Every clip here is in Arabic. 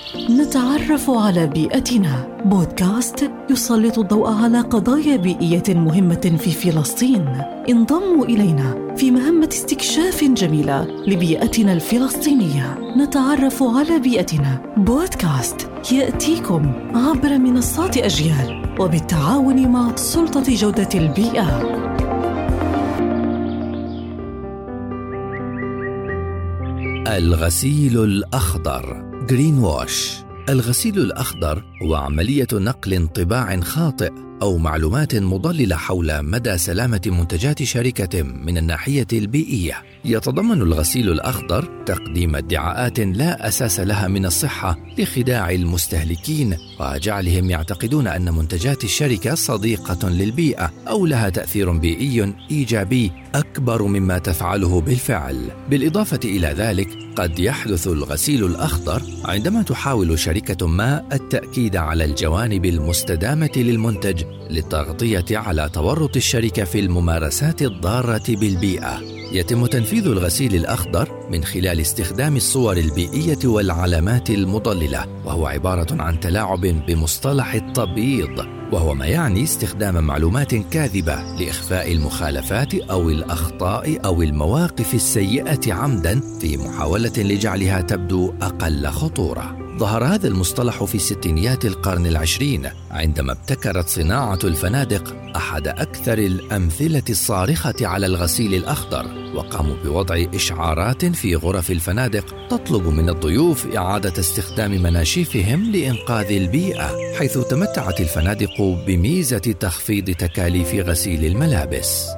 نتعرف على بيئتنا، بودكاست يسلط الضوء على قضايا بيئية مهمة في فلسطين. انضموا إلينا في مهمة استكشاف جميلة لبيئتنا الفلسطينية. نتعرف على بيئتنا، بودكاست يأتيكم عبر منصات أجيال وبالتعاون مع سلطة جودة البيئة. الغسيل الأخضر جرين واش. الغسيل الأخضر هو عملية نقل انطباع خاطئ أو معلومات مضللة حول مدى سلامة منتجات شركة من الناحية البيئية. يتضمن الغسيل الأخضر تقديم ادعاءات لا أساس لها من الصحة لخداع المستهلكين وجعلهم يعتقدون أن منتجات الشركة صديقة للبيئة أو لها تأثير بيئي إيجابي أكبر مما تفعله بالفعل. بالإضافة إلى ذلك، قد يحدث الغسيل الأخضر عندما تحاول شركة ما التأكيد على الجوانب المستدامة للمنتج للتغطية على تورط الشركة في الممارسات الضارة بالبيئة. يتم تنفيذ الغسيل الأخضر من خلال استخدام الصور البيئية والعلامات المضللة، وهو عبارة عن تلاعب بمصطلح التبييض، وهو ما يعني استخدام معلومات كاذبة لإخفاء المخالفات أو الأخطاء أو المواقف السيئة عمداً في محاولة لجعلها تبدو أقل خطورة. ظهر هذا المصطلح في ستينيات القرن العشرين عندما ابتكرت صناعة الفنادق أحد أكثر الأمثلة الصارخة على الغسيل الأخضر، وقاموا بوضع إشعارات في غرف الفنادق تطلب من الضيوف إعادة استخدام مناشفهم لإنقاذ البيئة، حيث تمتعت الفنادق بميزة تخفيض تكاليف غسيل الملابس.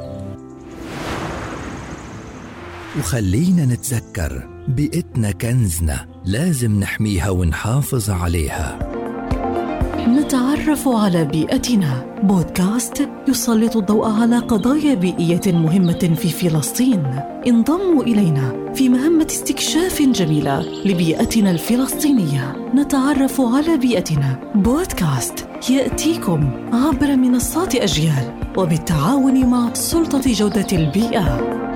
وخلينا نتذكر، بيئتنا كنزنا، لازم نحميها ونحافظ عليها. نتعرف على بيئتنا، بودكاست يسلط الضوء على قضايا بيئية مهمة في فلسطين. انضموا إلينا في مهمة استكشاف جميلة لبيئتنا الفلسطينية. نتعرف على بيئتنا، بودكاست يأتيكم عبر منصات أجيال وبالتعاون مع سلطة جودة البيئة.